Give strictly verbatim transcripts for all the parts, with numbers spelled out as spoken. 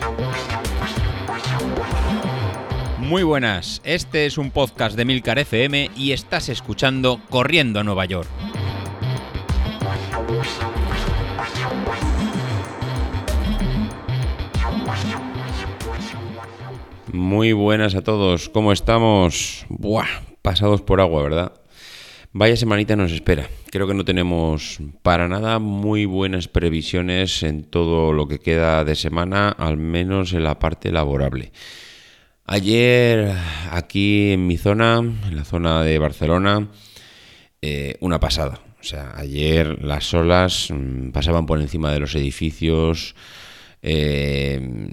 Muy buenas, este es un podcast de Milcar F M y estás escuchando Corriendo a Nueva York. Muy buenas a todos, ¿cómo estamos? Buah, pasados por agua, ¿verdad? Vaya semanita nos espera. Creo que no tenemos para nada muy buenas previsiones en todo lo que queda de semana, al menos en la parte laborable. Ayer, aquí en mi zona, en la zona de Barcelona, eh, una pasada. O sea, ayer las olas mmm, pasaban por encima de los edificios, eh,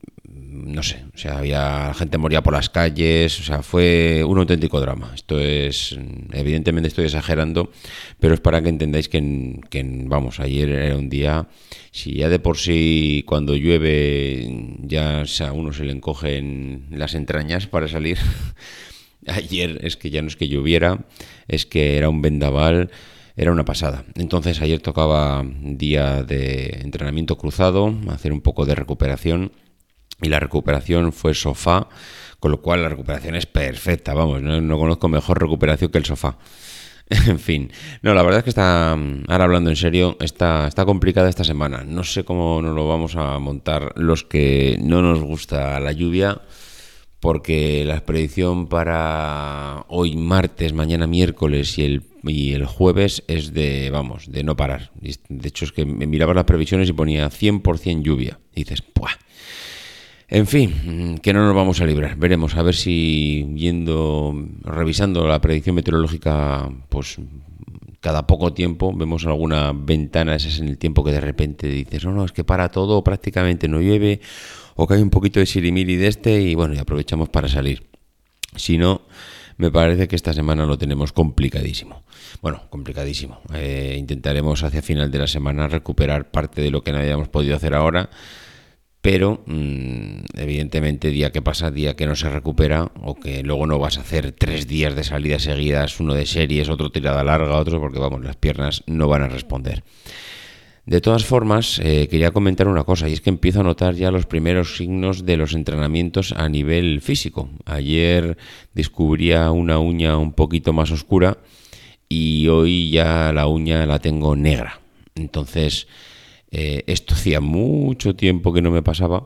no sé, o sea, había la gente moría por las calles, o sea, fue un auténtico drama. Esto es, evidentemente estoy exagerando, pero es para que entendáis que, que vamos, ayer era un día, si ya de por sí cuando llueve ya o sea, a uno se le encogen las entrañas para salir, ayer es que ya no es que lloviera, es que era un vendaval. Era una pasada. Entonces ayer tocaba día de entrenamiento cruzado, hacer un poco de recuperación. Y la recuperación fue sofá, con lo cual la recuperación es perfecta, vamos, no, no conozco mejor recuperación que el sofá. En fin, no, la verdad es que está, ahora hablando en serio, está, está complicada esta semana. No sé cómo nos lo vamos a montar los que no nos gusta la lluvia, porque la predicción para hoy martes, mañana miércoles y el, y el jueves es de, vamos, de no parar. De hecho es que me miraba las previsiones y ponía cien por ciento lluvia. Y dices, ¡puah! En fin, que no nos vamos a librar. Veremos, a ver si yendo, revisando la predicción meteorológica, pues cada poco tiempo vemos alguna ventana, esa es en el tiempo que de repente dices, no, no, es que para todo, prácticamente no llueve, o que hay un poquito de sirimiri de este, y bueno, y aprovechamos para salir. Si no, me parece que esta semana lo tenemos complicadísimo. Bueno, complicadísimo. Eh, intentaremos hacia final de la semana recuperar parte de lo que no hayamos podido hacer ahora. Pero, mmm, evidentemente, día que pasa, día que no se recupera, o que luego no vas a hacer tres días de salidas seguidas, uno de series, otro tirada larga, otro, porque vamos, las piernas no van a responder. De todas formas, eh, quería comentar una cosa, y es que empiezo a notar ya los primeros signos de los entrenamientos a nivel físico. Ayer descubría una uña un poquito más oscura, y hoy ya la uña la tengo negra. Entonces, Eh, esto hacía mucho tiempo que no me pasaba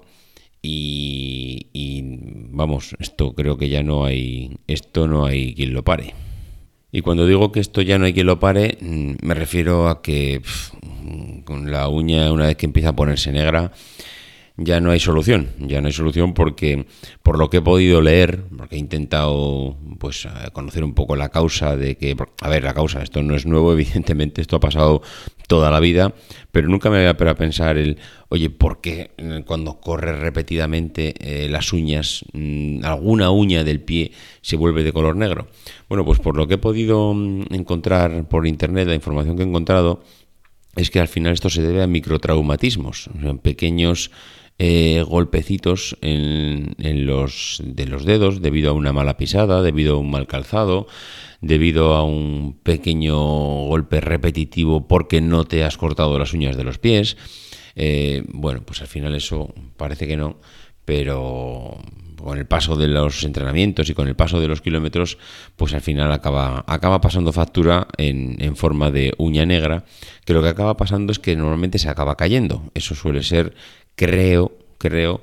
y, y vamos, esto creo que ya no hay, esto no hay quien lo pare. Y cuando digo que esto ya no hay quien lo pare, me refiero a que pff, con la uña una vez que empieza a ponerse negra ya no hay solución, ya no hay solución porque por lo que he podido leer, porque he intentado pues conocer un poco la causa de que, a ver, la causa, esto no es nuevo, evidentemente esto ha pasado toda la vida, pero nunca me había parado a pensar el, oye, ¿por qué cuando corres repetidamente eh, las uñas, mmm, alguna uña del pie se vuelve de color negro? Bueno, pues por lo que he podido encontrar por internet, la información que he encontrado es que al final esto se debe a microtraumatismos, o sea, pequeños Eh, golpecitos en, en los de los dedos debido a una mala pisada, debido a un mal calzado, debido a un pequeño golpe repetitivo porque no te has cortado las uñas de los pies. Eh, bueno, pues al final eso parece que no, pero con el paso de los entrenamientos y con el paso de los kilómetros, pues al final acaba, acaba pasando factura en, en forma de uña negra, que lo que acaba pasando es que normalmente se acaba cayendo. Eso suele ser Creo, creo,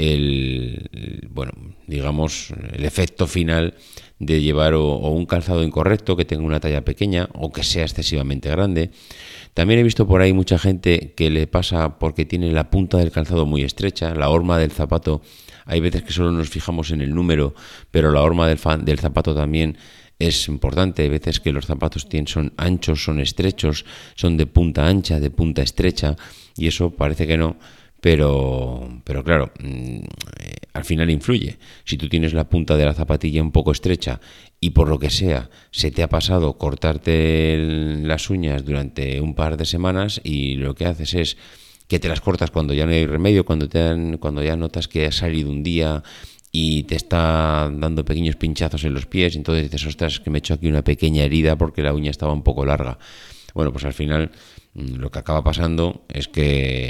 el, el, bueno, digamos, el efecto final de llevar o, o un calzado incorrecto, que tenga una talla pequeña o que sea excesivamente grande. También he visto por ahí mucha gente que le pasa porque tiene la punta del calzado muy estrecha, la horma del zapato. Hay veces que solo nos fijamos en el número, pero la horma del, fan, del zapato también es importante. Hay veces que los zapatos tienen, son anchos, son estrechos, son de punta ancha, de punta estrecha, y eso parece que no. Pero, pero claro, eh, al final influye. Si tú tienes la punta de la zapatilla un poco estrecha y por lo que sea se te ha pasado cortarte el, las uñas durante un par de semanas y lo que haces es que te las cortas cuando ya no hay remedio, cuando, te han, cuando ya notas que has salido un día y te está dando pequeños pinchazos en los pies, entonces dices, ostras, que me he hecho aquí una pequeña herida porque la uña estaba un poco larga. Bueno, pues al final lo que acaba pasando es que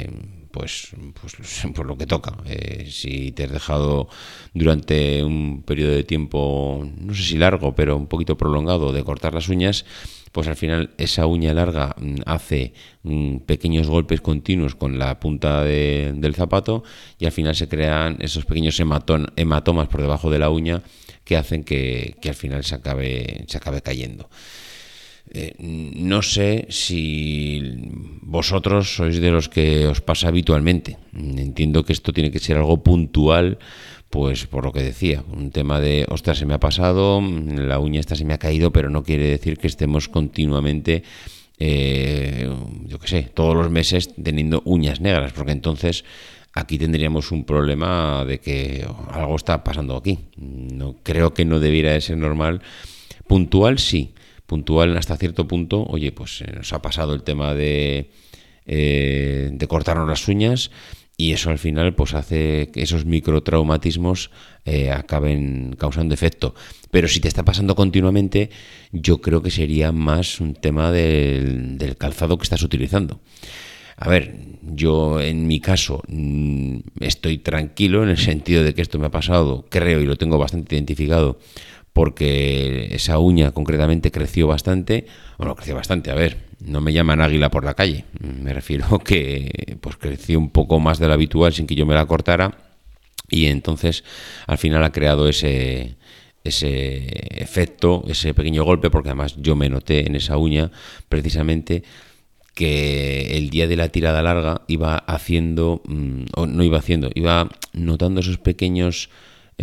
pues, pues, pues lo que toca. Eh, si te has dejado durante un periodo de tiempo, no sé si largo, pero un poquito prolongado, de cortar las uñas, pues al final esa uña larga hace mm, pequeños golpes continuos con la punta de, del zapato, y al final se crean esos pequeños hematón, hematomas por debajo de la uña que hacen que, que al final se acabe, se acabe cayendo. Eh, no sé si vosotros sois de los que os pasa habitualmente. Entiendo que esto tiene que ser algo puntual, pues por lo que decía, un tema de, ostras, se me ha pasado, la uña esta se me ha caído, pero no quiere decir que estemos continuamente, eh, yo qué sé, todos los meses teniendo uñas negras, porque entonces aquí tendríamos un problema de que algo está pasando aquí. No creo que no debiera de ser normal. Puntual sí. Puntual hasta cierto punto, oye, pues nos ha pasado el tema de, eh, de cortarnos las uñas, y eso al final pues hace que esos microtraumatismos eh, acaben causando efecto. Pero si te está pasando continuamente, yo creo que sería más un tema del, del calzado que estás utilizando. A ver, yo en mi caso mmm, estoy tranquilo en el sentido de que esto me ha pasado, creo, y lo tengo bastante identificado, porque esa uña concretamente creció bastante. Bueno, creció bastante, a ver, no me llaman águila por la calle, me refiero que pues creció un poco más de lo habitual sin que yo me la cortara, y entonces al final ha creado ese, ese efecto, ese pequeño golpe, porque además yo me noté en esa uña precisamente que el día de la tirada larga iba haciendo, o no iba haciendo, iba notando esos pequeños...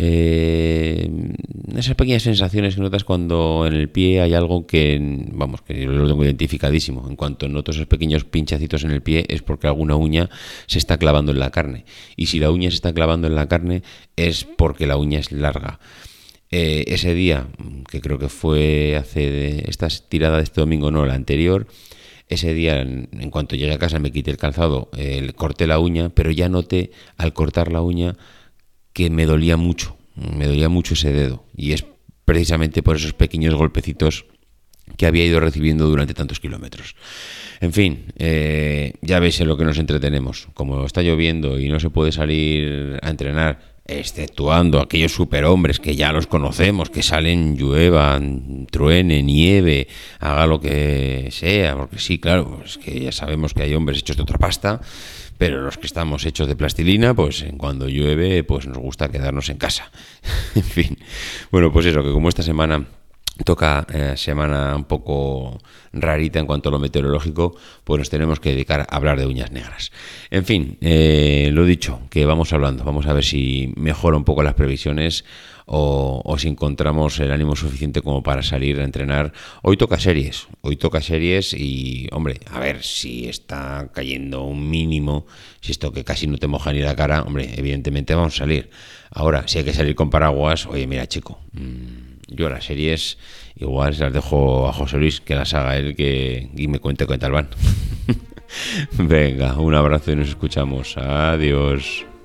Eh, esas pequeñas sensaciones que notas cuando en el pie hay algo que, vamos, que yo lo tengo identificadísimo. En cuanto noto esos pequeños pinchacitos en el pie es porque alguna uña se está clavando en la carne, y si la uña se está clavando en la carne es porque la uña es larga. Eh, ese día, que creo que fue hace de, esta tirada de este domingo, no, la anterior, ese día, en, en cuanto llegué a casa, me quité el calzado, eh, corté la uña, pero ya noté al cortar la uña que me dolía mucho, me dolía mucho ese dedo, y es precisamente por esos pequeños golpecitos que había ido recibiendo durante tantos kilómetros. En fin, eh, ya veis en lo que nos entretenemos. Como está lloviendo y no se puede salir a entrenar, exceptuando aquellos superhombres que ya los conocemos, que salen, lluevan, truene, nieve, haga lo que sea, porque sí, claro, es que ya sabemos que hay hombres hechos de otra pasta, pero los que estamos hechos de plastilina, pues cuando llueve, pues nos gusta quedarnos en casa. En fin, bueno, pues eso, que como esta semana toca eh, semana un poco rarita en cuanto a lo meteorológico, pues nos tenemos que dedicar a hablar de uñas negras. En fin, eh, lo dicho, que vamos hablando, vamos a ver si mejora un poco las previsiones, o, o si encontramos el ánimo suficiente como para salir a entrenar. Hoy toca series, hoy toca series y, hombre, a ver si está cayendo un mínimo, si esto que casi no te moja ni la cara, hombre, evidentemente vamos a salir. Ahora, si hay que salir con paraguas, oye, mira, chico, mmm, yo las series igual se las dejo a José Luis, que las haga él, que y me cuente qué tal van. Venga, un abrazo y nos escuchamos. Adiós.